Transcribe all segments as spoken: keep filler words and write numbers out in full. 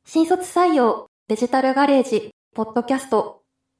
新卒採用デジタルガレージポッドキャスト。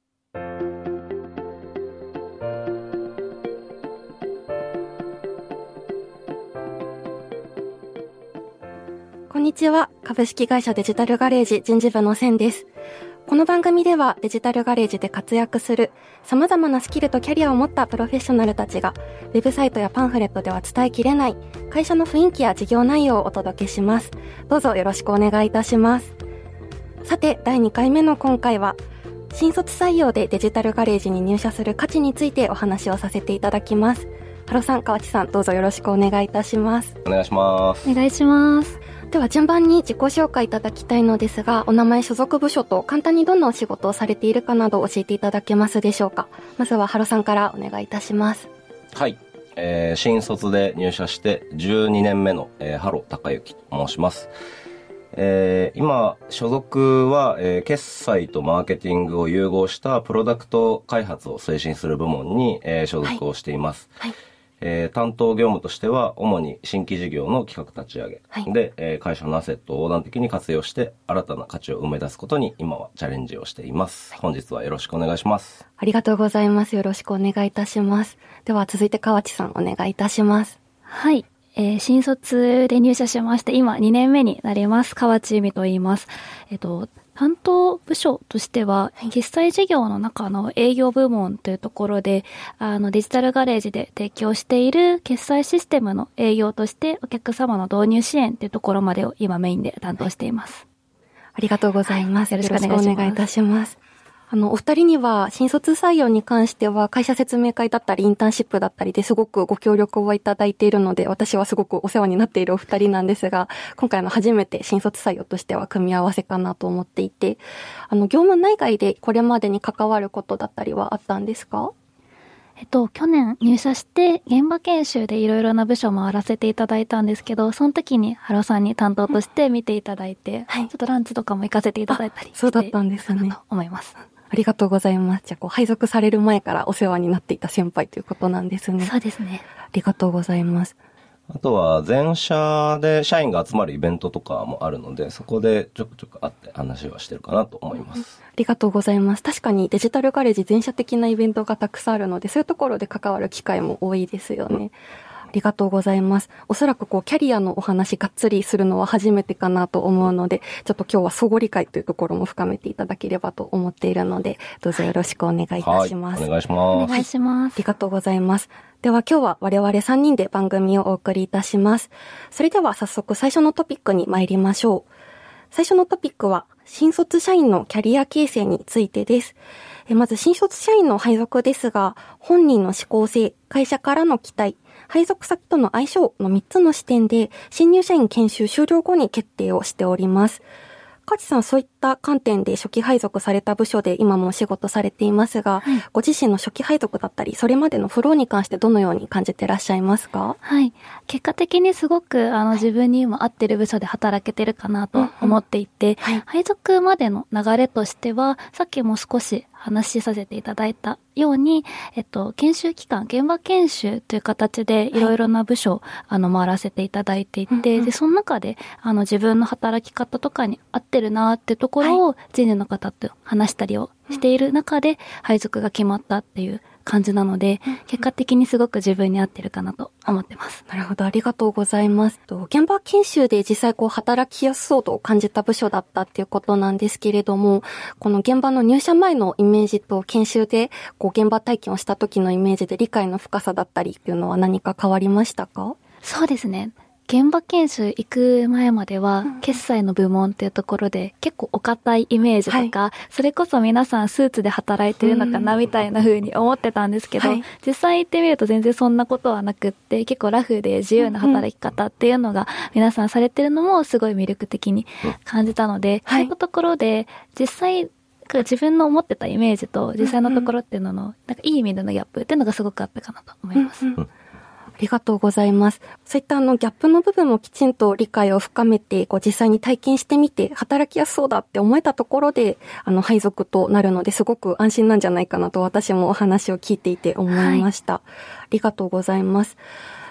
こんにちは。株式会社デジタルガレージ人事部の千です。この番組ではデジタルガレージで活躍する様々なスキルとキャリアを持ったプロフェッショナルたちがウェブサイトやパンフレットでは伝えきれない会社の雰囲気や事業内容をお届けします。どうぞよろしくお願いいたします。さて、だいにかいめの今回は新卒採用でデジタルガレージに入社する価値についてお話をさせていただきます。ハロさん、河内さん、どうぞよろしくお願いいたします。 お願いします。 お願いします。 では順番に自己紹介いただきたいのですが、お名前、所属部署と簡単にどんなお仕事をされているかなど教えていただけますでしょうか。まずはハロさんからお願いいたします。 はい、えー、新卒で入社してじゅうにねんめの、えー、ハロ高之と申します。えー、今所属は、えー、決済とマーケティングを融合したプロダクト開発を推進する部門に、えー、所属をしています。はいはい。えー、担当業務としては主に新規事業の企画立ち上げ、はい、で、えー、会社のアセットを横断的に活用して新たな価値を生み出すことに今はチャレンジをしています。はい、本日はよろしくお願いします。 ありがとうございます。よろしくお願いいたします。では続いて河内さんお願いいたします。 はい、えー、新卒で入社しまして今にねんめになります。河内由美と言います。えっと担当部署としては、決済事業の中の営業部門というところで、あのデジタルガレージで提供している決済システムの営業としてお客様の導入支援というところまでを今メインで担当しています。 ありがとうございます。 はい、よろしくお願いします。よろしくお願いいたします。 あの、お二人には新卒採用に関しては会社説明会だったりインターンシップだったりですごくご協力をいただいているので、私はすごくお世話になっているお二人なんですが、今回の初めて新卒採用としては組み合わせかなと思っていて、あの、業務内外でこれまでに関わることだったりはあったんですか？ えっと、去年入社して現場研修でいろいろな部署を回らせていただいたんですけど、その時にハロさんに担当として見ていただいて、はい、ちょっとランチとかも行かせていただいたりして、 そうだったんですね。 と思います。 ありがとうございます。じゃあ、こう、配属される前からお世話になっていた先輩ということなんですね。 そうですね。 ありがとうございます。 あとは、全社で社員が集まるイベントとかもあるので、そこでちょくちょく会って話はしてるかなと思います。 ありがとうございます。確かにデジタルガレージ全社的なイベントがたくさんあるので、そういうところで関わる機会も多いですよね。うん、ありがとうございます。おそらくこうキャリアのお話がっつりするのは初めてかなと思うので、ちょっと今日は相互理解というところも深めていただければと思っているので、どうぞよろしくお願いいたします。 はい、お願いします。 お願いします。 ありがとうございます。では今日は我々さんにんで番組をお送りいたします。それでは早速最初のトピックに参りましょう。最初のトピックは新卒社員のキャリア形成についてです。まず新卒社員の配属ですが、本人の思考性、会社からの期待、配属先との相性のみっつの視点で新入社員研修終了後に決定をしております。河内さん、そういった観点で初期配属された部署で今もお仕事されていますが、はい、ご自身の初期配属だったりそれまでのフローに関してどのように感じてらっしゃいますか？ はい、結果的にすごくあの自分にも合ってる部署で働けてるかなと思っていて、うんうん、はい、配属までの流れとしてはさっきも少し話しさせていただいたように、えっと、研修期間、現場研修という形でいろいろな部署を、はい、あの回らせていただいていて、うんうん、でその中であの自分の働き方とかに合ってるなってところを人事の方と話したりをしている中で配属が決まったっていう感じなので、結果的にすごく自分に合ってるかなと思ってます。 なるほど、ありがとうございます。現場研修で実際こう働きやすそうと感じた部署だったっていうことなんですけれども、この現場の入社前のイメージと研修でこう現場体験をした時のイメージで理解の深さだったりっていうのは何か変わりましたか？ そうですね。現場研修行く前までは、決済の部門っていうところで結構お堅いイメージとか、はい、それこそ皆さんスーツで働いてるのかなみたいな風に思ってたんですけど、はい、実際行ってみると全然そんなことはなくって、結構ラフで自由な働き方っていうのが皆さんされてるのもすごい魅力的に感じたので、はい、そういったところで実際自分の思ってたイメージと実際のところっていうのの、なんかいい意味でのギャップっていうのがすごくあったかなと思います。 うんうん、ありがとうございます。そういったあのギャップの部分もきちんと理解を深めて、こう実際に体験してみて働きやすそうだって思えたところで、あの配属となるのですごく安心なんじゃないかなと私もお話を聞いていて思いました。はい、ありがとうございます。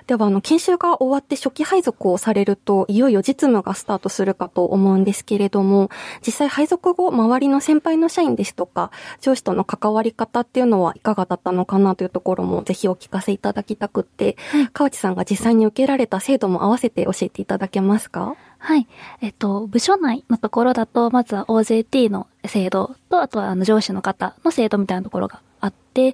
では、あの、研修が終わって初期配属をされると、いよいよ実務がスタートするかと思うんですけれども、実際配属後、周りの先輩の社員ですとか、上司との関わり方っていうのはいかがだったのかなというところも、ぜひお聞かせいただきたくって、はい、川内さんが実際に受けられた制度も合わせて教えていただけますか？ はい。えっと、部署内のところだと、まずは オージェーティー の制度と、あとはあの上司の方の制度みたいなところがあって、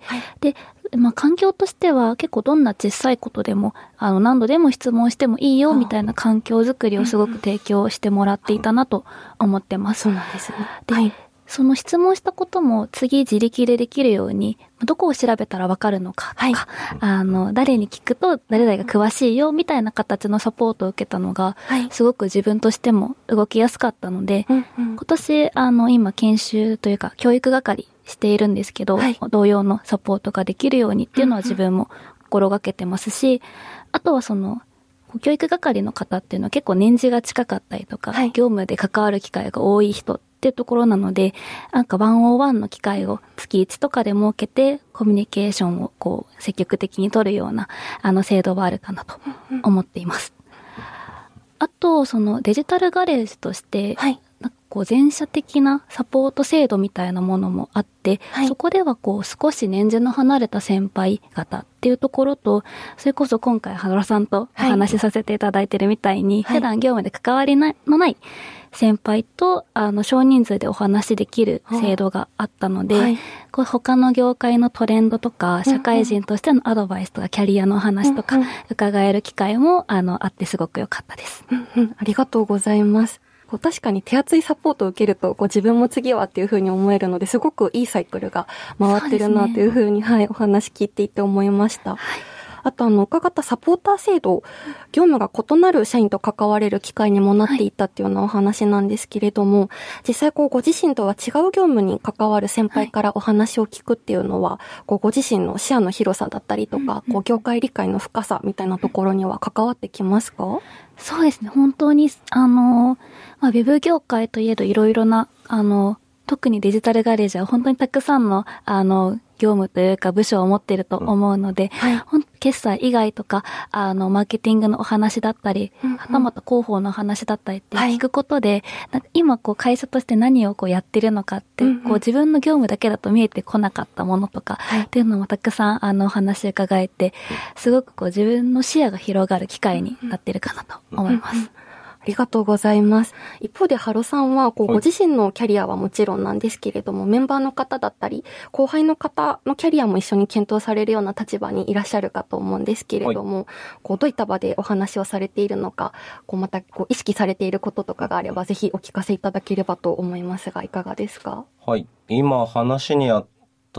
はい、で、まあ、環境としては結構どんな小さいことでも、あの、何度でも質問してもいいよみたいな環境づくりをすごく提供してもらっていたなと思ってます。 そうなんですね。 で、はい、その質問したことも次自力でできるように、どこを調べたらわかるのかとか、はい、あの、誰に聞くと誰々が詳しいよみたいな形のサポートを受けたのが、はい、すごく自分としても動きやすかったので、うんうん、今年、あの、今研修というか教育係しているんですけど、はい、同様のサポートができるようにっていうのは自分も心がけてますし、あとはその、教育係の方っていうのは結構年次が近かったりとか、はい、業務で関わる機会が多い人っていうところなので、なんかワンオーワンの機会を月いちとかで設けて、コミュニケーションをこう積極的に取るような、あの制度はあるかなと思っています。あと、そのデジタルガレージとして、はい、なんかこう全社的なサポート制度みたいなものもあって、はい、そこではこう少し年次の離れた先輩方っていうところと、それこそ今回原さんとお話しさせていただいてるみたいに、はい、普段業務で関わりのない先輩とあの少人数でお話できる制度があったので、はい、こう他の業界のトレンドとか、社会人としてのアドバイスとか、キャリアの話とか、伺える機会もあのあってすごく良かったです。 うんうん、ありがとうございます。こう確かに手厚いサポートを受けると、こう自分も次はっていうふうに思えるので、すごくいいサイクルが回ってるなというふうに、はい、お話聞いていて思いました。はい、あとあの、伺ったサポーター制度、業務が異なる社員と関われる機会にもなっていったっていうようなお話なんですけれども、はい、実際こうご自身とは違う業務に関わる先輩からお話を聞くっていうのは、はい、こうご自身の視野の広さだったりとか、うんうん、こう業界理解の深さみたいなところには関わってきますか？ そうですね。本当に、あの、まあ、ウェブ業界といえどいろいろな、あの、特にデジタルガレージは本当にたくさんの、あの、業務というか部署を持っていると思うので、はい、決済以外とか、あの、マーケティングのお話だったり、うんうん、はたまた広報のお話だったりって聞くことで、はい、なんか今こう会社として何をこうやってるのかって、うんうん、こう自分の業務だけだと見えてこなかったものとか、はい、っていうのもたくさんあのお話伺えて、すごくこう自分の視野が広がる機会になっているかなと思います。うんうん、 ありがとうございます。一方で、ハロさんは、こう、ご自身のキャリアはもちろんなんですけれども、メンバーの方だったり、後輩の方のキャリアも一緒に検討されるような立場にいらっしゃるかと思うんですけれども、はい、こう、どういった場でお話をされているのか、こう、また、こう、意識されていることとかがあれば、ぜひお聞かせいただければと思いますが、いかがですか？ はい。今、話にあった、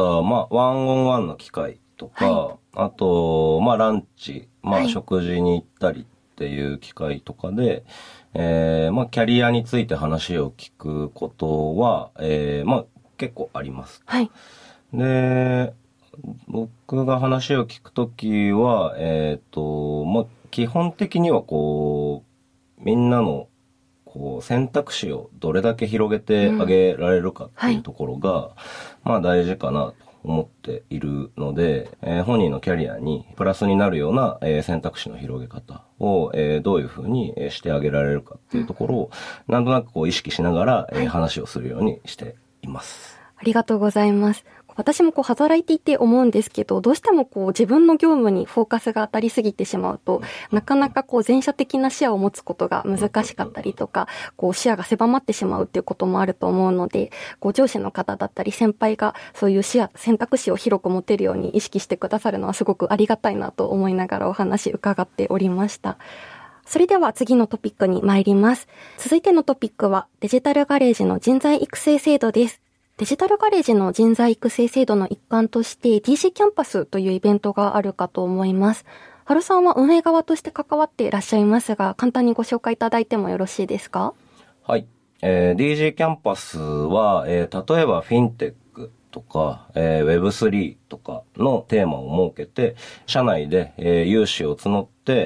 まあ、ワンオンワンの機会とか、はい、あと、まあ、ランチ、まあ、食事に行ったりっていう機会とかで、えー、まあ、キャリアについて話を聞くことは、えー、まあ、結構あります。 はい。 で、僕が話を聞くときは、えっと、まあ、基本的にはこう、みんなの、こう、選択肢をどれだけ広げてあげられるかっていうところが、うんはい、まあ、大事かなと思っているので、えー、本人のキャリアにプラスになるような、えー、選択肢の広げ方を、えー、どういうふうにしてあげられるかっていうところを、うん、なんとなくこう意識しながら、えー、話をするようにしています。 ありがとうございます。私もこう働いていて思うんですけど、どうしてもこう自分の業務にフォーカスが当たりすぎてしまうと、なかなかこう全社的な視野を持つことが難しかったりとか、こう視野が狭まってしまうっていうこともあると思うので、こう上司の方だったり先輩がそういう視野、選択肢を広く持てるように意識してくださるのはすごくありがたいなと思いながらお話伺っておりました。それでは次のトピックに参ります。続いてのトピックはデジタルガレージの人材育成制度です。デジタルガレージの人材育成制度の一環として ディージー キャンパスというイベントがあるかと思います。ハルさんは運営側として関わっていらっしゃいますが、簡単にご紹介いただいてもよろしいですか？ はい。えー、ディージー キャンパスは、えー、例えばフィンテックとか、えー、ウェブスリー とかのテーマを設けて、社内で、えー、有志を募って、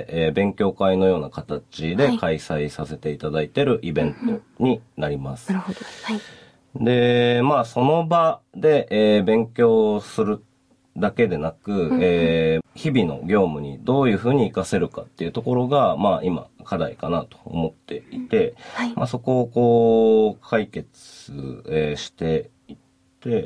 えー、勉強会のような形で開催させていただいているイベントになります。 なるほど。はい。 で、まあ、その場で、えー、勉強するっだけでなく、うんうん、えー、日々の業務にどういうふうに活かせるかっていうところが、まあ今課題かなと思っていて、はい、まあそこをこう解決、えー、していって、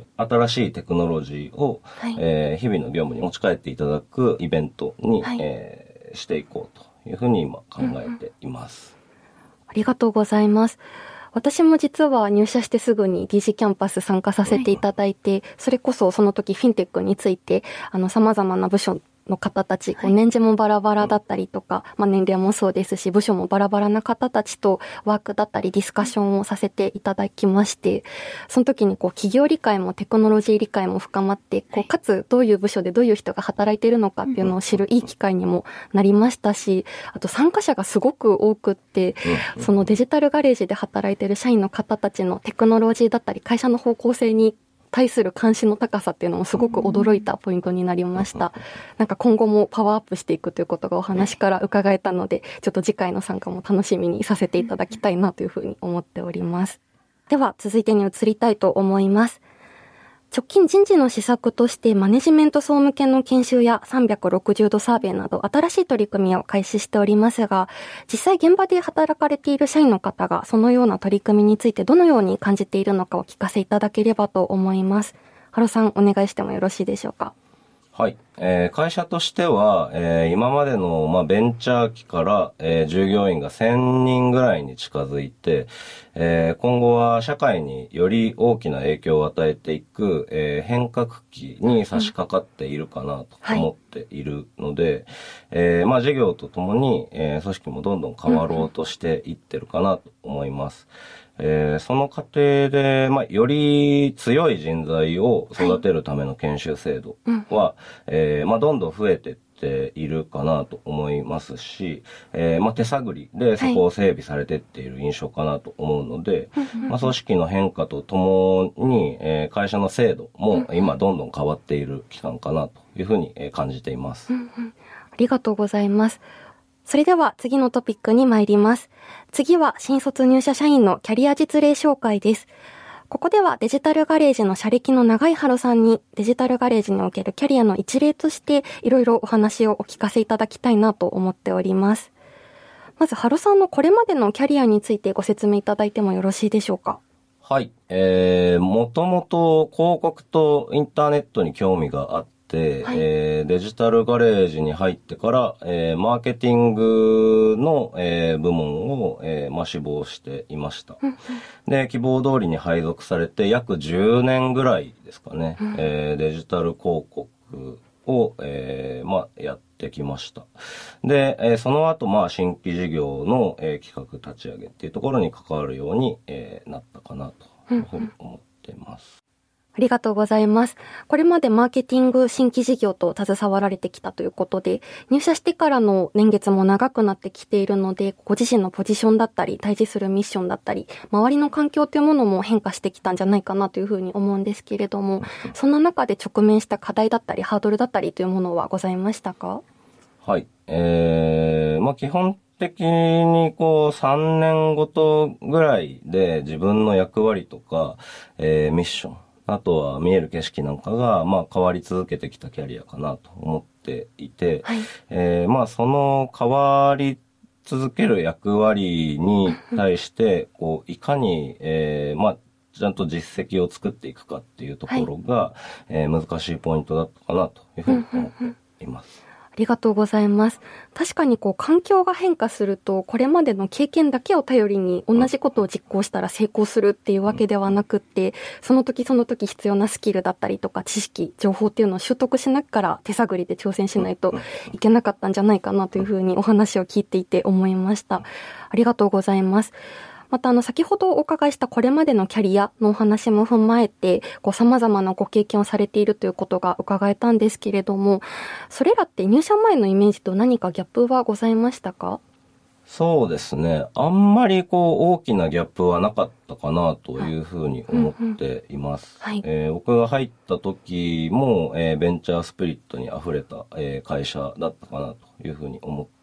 新しいテクノロジーを、はい、えー、日々の業務に持ち帰っていただくイベントに、はい、えー、していこうというふうに今考えています。 うんうん、ありがとうございます。私も実は入社してすぐに ディージー キャンパス参加させていただいて、はい、それこそその時フィンテックについて、あの、様々な部署の方たち、こう年次もバラバラだったりとか、まあ年齢もそうですし、部署もバラバラな方たちとワークだったりディスカッションをさせていただきまして、その時にこう企業理解もテクノロジー理解も深まって、こうかつどういう部署でどういう人が働いているのかっていうのを知るいい機会にもなりましたし、あと参加者がすごく多くって、そのデジタルガレージで働いている社員の方たちのテクノロジーだったり会社の方向性に対する関心の高さっていうのもすごく驚いたポイントになりました。なんか今後もパワーアップしていくということがお話から伺えたので、ちょっと次回の参加も楽しみにさせていただきたいなというふうに思っております。では続いてに移りたいと思います。直近人事の施策としてマネジメント総務犬の研修やさんびゃくろくじゅうどサーベイなど新しい取り組みを開始しておりますが、実際現場で働かれている社員の方がそのような取り組みについてどのように感じているのかをお聞かせいただければと思います。ハロさんお願いしてもよろしいでしょうか。 はい。えー、会社としては、えー、今までの、まあ、ベンチャー期から、えー、従業員がせんにんぐらいに近づいて、えー、今後は社会により大きな影響を与えていく、えー、変革期に差し掛かっているかなと思っているので、うんはい、えー、まあ、事業とともに、えー、組織もどんどん変わろうとしていってるかなと思います。えー、その過程で、まあ、より強い人材を育てるための研修制度は、はい、えー、まあ、どんどん増えてっているかなと思いますし、えー、まあ、手探りでそこを整備されてっている印象かなと思うので、はい、まあ、組織の変化とともに、えー、会社の制度も今どんどん変わっている期間かなというふうに感じています。 うんうん、ありがとうございます。それでは次のトピックに参ります。次は新卒入社社員のキャリア実例紹介です。ここではデジタルガレージの社歴の長い春さんにデジタルガレージにおけるキャリアの一例としていろいろお話をお聞かせいただきたいなと思っております。まず春さんのこれまでのキャリアについてご説明いただいてもよろしいでしょうか。 はい。えー、もともと広告とインターネットに興味があってで、はい、えー、デジタルガレージに入ってから、えー、マーケティングの、えー、部門を、えーまあ、志望していました。で、希望通りに配属されて約じゅうねんぐらいですかね、うん、えー、デジタル広告を、えー、まあ、やってきました。で、えー、その後、まあ、新規事業の、えー、企画立ち上げっていうところに関わるように、えー、なったかなというふうに思っています。 ありがとうございます。これまでマーケティング新規事業と携わられてきたということで、入社してからの年月も長くなってきているので、ご自身のポジションだったり、対峙するミッションだったり、周りの環境というものも変化してきたんじゃないかなというふうに思うんですけれども、そんな中で直面した課題だったり、ハードルだったりというものはございましたか？ はい。えー、まあ基本的にこうさんねんごとぐらいで自分の役割とか、えー、ミッション、あとは見える景色なんかが、まあ変わり続けてきたキャリアかなと思っていて、はい、えー、まあその変わり続ける役割に対して、こう、いかに、えー、まあちゃんと実績を作っていくかっていうところが、はい、えー、難しいポイントだったかなというふうに思っています。 ありがとうございます。確かにこう環境が変化すると、これまでの経験だけを頼りに同じことを実行したら成功するっていうわけではなくって、その時その時必要なスキルだったりとか知識、情報っていうのを習得しながら手探りで挑戦しないといけなかったんじゃないかなというふうにお話を聞いていて思いました。ありがとうございます。またあの先ほどお伺いしたこれまでのキャリアのお話も踏まえて、こう様々なご経験をされているということが伺えたんですけれども、それらって入社前のイメージと何かギャップはございましたか？ そうですね。あんまりこう大きなギャップはなかったかなというふうに思っています。うんうんはいえー、僕が入った時も、えー、ベンチャースピリットに溢れた、えー、会社だったかなというふうに思って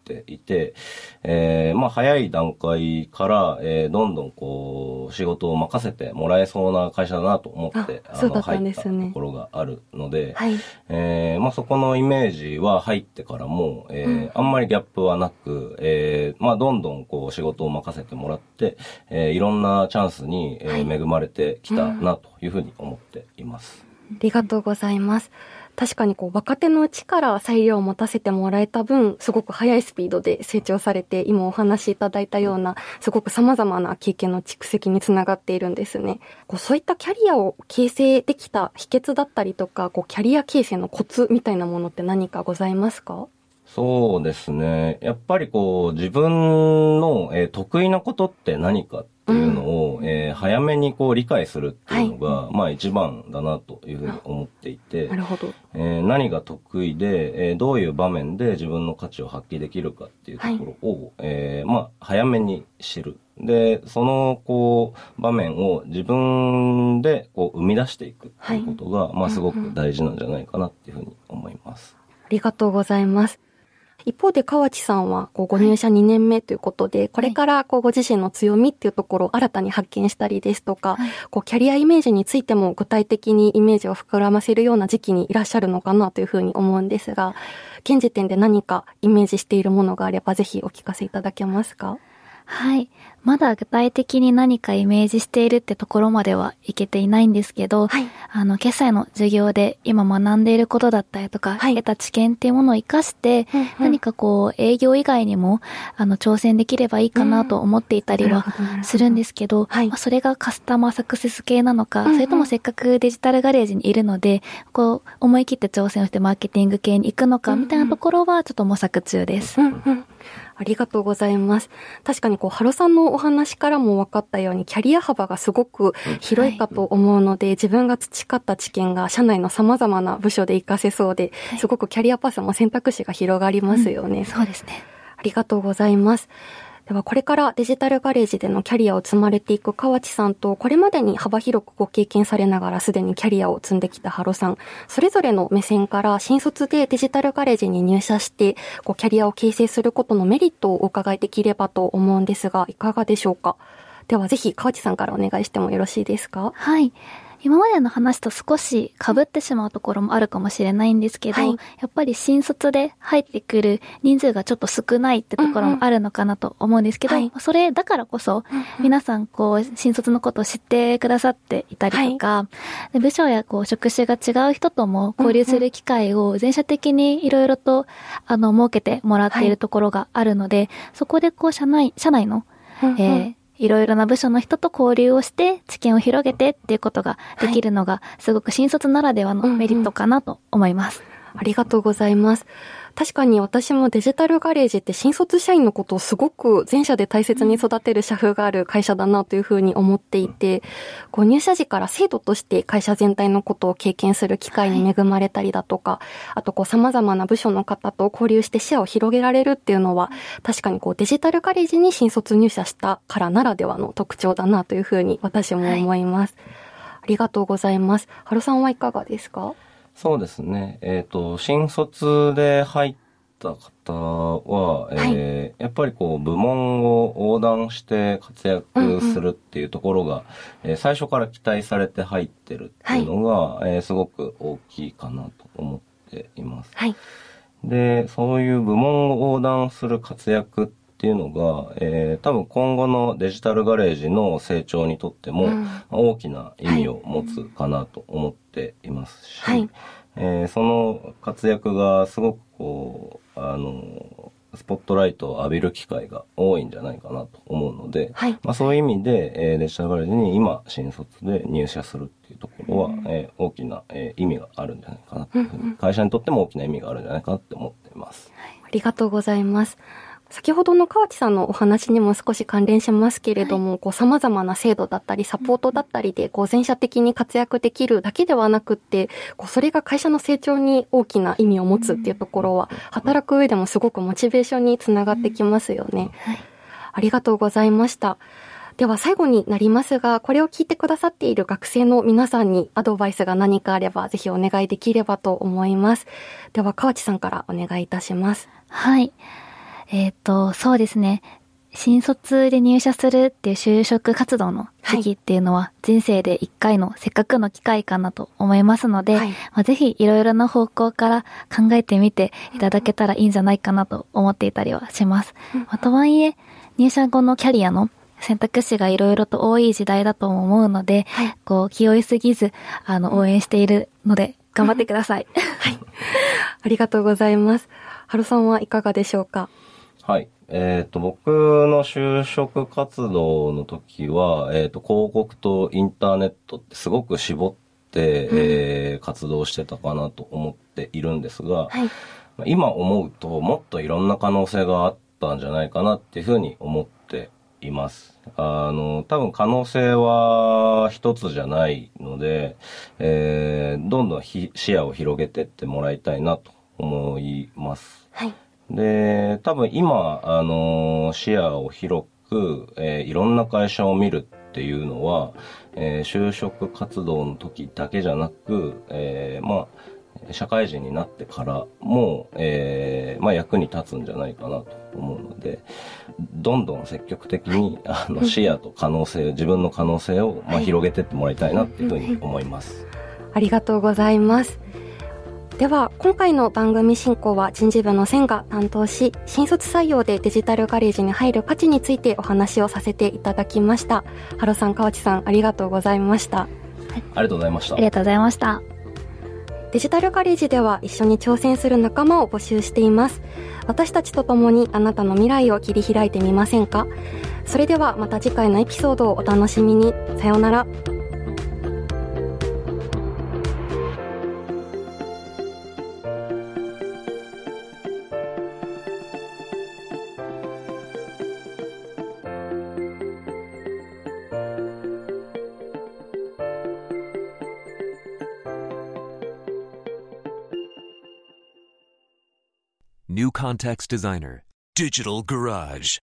ていて、えー、まあ早い段階から、えー、どんどんこう仕事を任せてもらえそうな会社だなと思ってあの入ったところがあるので、はい、えー、まあそこのイメージは入ってからも、えーうん、あんまりギャップはなく、えー、まあどんどんこう仕事を任せてもらって、えー、いろんなチャンスに、えー、恵まれてきたなというふうに思っています。 うん、ありがとうございます。確かにこう若手のうちから裁量を持たせてもらえた分、すごく速いスピードで成長されて、今お話しいただいたような、すごく様々な経験の蓄積につながっているんですね。こうそういったキャリアを形成できた秘訣だったりとか、こうキャリア形成のコツみたいなものって何かございますか？ そうですね。やっぱりこう自分の、えー、得意なことって何かっていうのを、うん、えー、早めにこう理解するっていうのが、はい、まあ一番だなというふうに思っていて、 なるほど。 えー、何が得意で、えー、どういう場面で自分の価値を発揮できるかっていうところを、はい、えー、まあ早めに知る。で、そのこう場面を自分でこう生み出していくっていうことが、はい、まあすごく大事なんじゃないかなっていうふうに思います。 ありがとうございます。一方で河内さんはこうご入社にねんめということで、はい、これからこうご自身の強みっていうところを新たに発見したりですとか、はい、こうキャリアイメージについても具体的にイメージを膨らませるような時期にいらっしゃるのかなというふうに思うんですが、現時点で何かイメージしているものがあればぜひお聞かせいただけますか？ はい。まだ具体的に何かイメージしているってところまではいけていないんですけど、はい、あの、決済の授業で今学んでいることだったりとか、はい、得た知見っていうものを活かして、うんうん、何かこう、営業以外にも、あの、挑戦できればいいかなと思っていたりはするんですけど、はい、まあ、それがカスタマーサクセス系なのか、うんうん、それともせっかくデジタルガレージにいるので、こう、思い切って挑戦をしてマーケティング系に行くのか、みたいなところはちょっと模索中です。 うんうん、ありがとうございます。確かにこう、ハロさんのお話からも分かったように、キャリア幅がすごく広いかと思うので、はい、自分が培った知見が社内の様々な部署で活かせそうで、はい、すごくキャリアパスも選択肢が広がりますよね。 うん、そうですね。 ありがとうございます。ではこれからデジタルガレージでのキャリアを積まれていく河内さんと、これまでに幅広くご経験されながらすでにキャリアを積んできたハロさん、それぞれの目線から新卒でデジタルガレージに入社してこうキャリアを形成することのメリットをお伺いできればと思うんですが、いかがでしょうか？ではぜひ河内さんからお願いしてもよろしいですか？ はい。今までの話と少し被ってしまうところもあるかもしれないんですけど、はい、やっぱり新卒で入ってくる人数がちょっと少ないってところもあるのかなと思うんですけど、うんうん、それだからこそ、うんうん、皆さんこう新卒のことを知ってくださっていたりとか、はい、で部署やこう職種が違う人とも交流する機会を全社的にいろいろとあの設けてもらっているところがあるので、はい、そこでこう社内社内の、うんうん、えーいろいろな部署の人と交流をして知見を広げてっていうことができるのがすごく新卒ならではのメリットかなと思います。 うんうん、ありがとうございます。確かに私もデジタルガレージって新卒社員のことをすごく全社で大切に育てる社風がある会社だなというふうに思っていて、こう入社時から制度として会社全体のことを経験する機会に恵まれたりだとか、はい、あとこう様々な部署の方と交流して視野を広げられるっていうのは、確かにこうデジタルガレージに新卒入社したからならではの特徴だなというふうに私も思います。はい、ありがとうございます。ハロさんはいかがですか？ そうですね。えっと、新卒で入った方は、えー、やっぱりこう、部門を横断して活躍するっていうところが、うんうん、えー、最初から期待されて入ってるっていうのが、はい、えー、すごく大きいかなと思っています。はい。で、そういう部門を横断する活躍っていうのが、えー、多分今後のデジタルガレージの成長にとっても、うん、大きな意味を持つかなと思っていますし、はい、えー、その活躍がすごくこう、あの、スポットライトを浴びる機会が多いんじゃないかなと思うので、はい、まあ、そういう意味で、えー、デジタルガレージに今新卒で入社するっていうところは、うん、えー、大きな、えー、意味があるんじゃないかなというふうに、うんうん、会社にとっても大きな意味があるんじゃないかなって思っています。 はい、ありがとうございます。先ほどの河内さんのお話にも少し関連しますけれども、はい、こう様々な制度だったりサポートだったりでこう全社的に活躍できるだけではなくって、こうそれが会社の成長に大きな意味を持つっていうところは、働く上でもすごくモチベーションにつながってきますよね。はい、ありがとうございました。では最後になりますが、これを聞いてくださっている学生の皆さんにアドバイスが何かあればぜひお願いできればと思います。では河内さんからお願いいたします。 はい。 えっと、そうですね。新卒で入社するっていう就職活動の時期っていうのは人生で一回のせっかくの機会かなと思いますので、はい、まあ、ぜひいろいろな方向から考えてみていただけたらいいんじゃないかなと思っていたりはします。うん、まあ、とはいえ、入社後のキャリアの選択肢がいろいろと多い時代だと思うので、はい、こう気負いすぎず、あの、応援しているので頑張ってください。 はい。ありがとうございます。はるさんはいかがでしょうか？ はい。えっと、僕の就職活動の時は、えっと、広告とインターネットってすごく絞って、うん、えー、活動してたかなと思っているんですが、はい、今思うともっといろんな可能性があったんじゃないかなっていうふうに思っています。あの、多分可能性は一つじゃないので、えー、どんどん視野を広げてってもらいたいなと思います。はい。で、多分今、あの、視野を広く、えー、いろんな会社を見るっていうのは、えー、就職活動の時だけじゃなく、えー、まあ、社会人になってからも、えー、まあ役に立つんじゃないかなと思うので、どんどん積極的に、あの、視野と可能性、自分の可能性を、まあ、広げてってもらいたいなっていうふうに思います。 ありがとうございます。では、今回の番組進行は人事部の千が担当し、新卒採用でデジタルガレージに入る価値についてお話をさせていただきました。はるさん、河内さん、ありがとうございました。はい、 ありがとうございました。 ありがとうございました。 デジタルガレージでは一緒に挑戦する仲間を募集しています。私たちと共にあなたの未来を切り開いてみませんか？それではまた次回のエピソードをお楽しみに。さようなら。 New Context Designer, Digital Garage.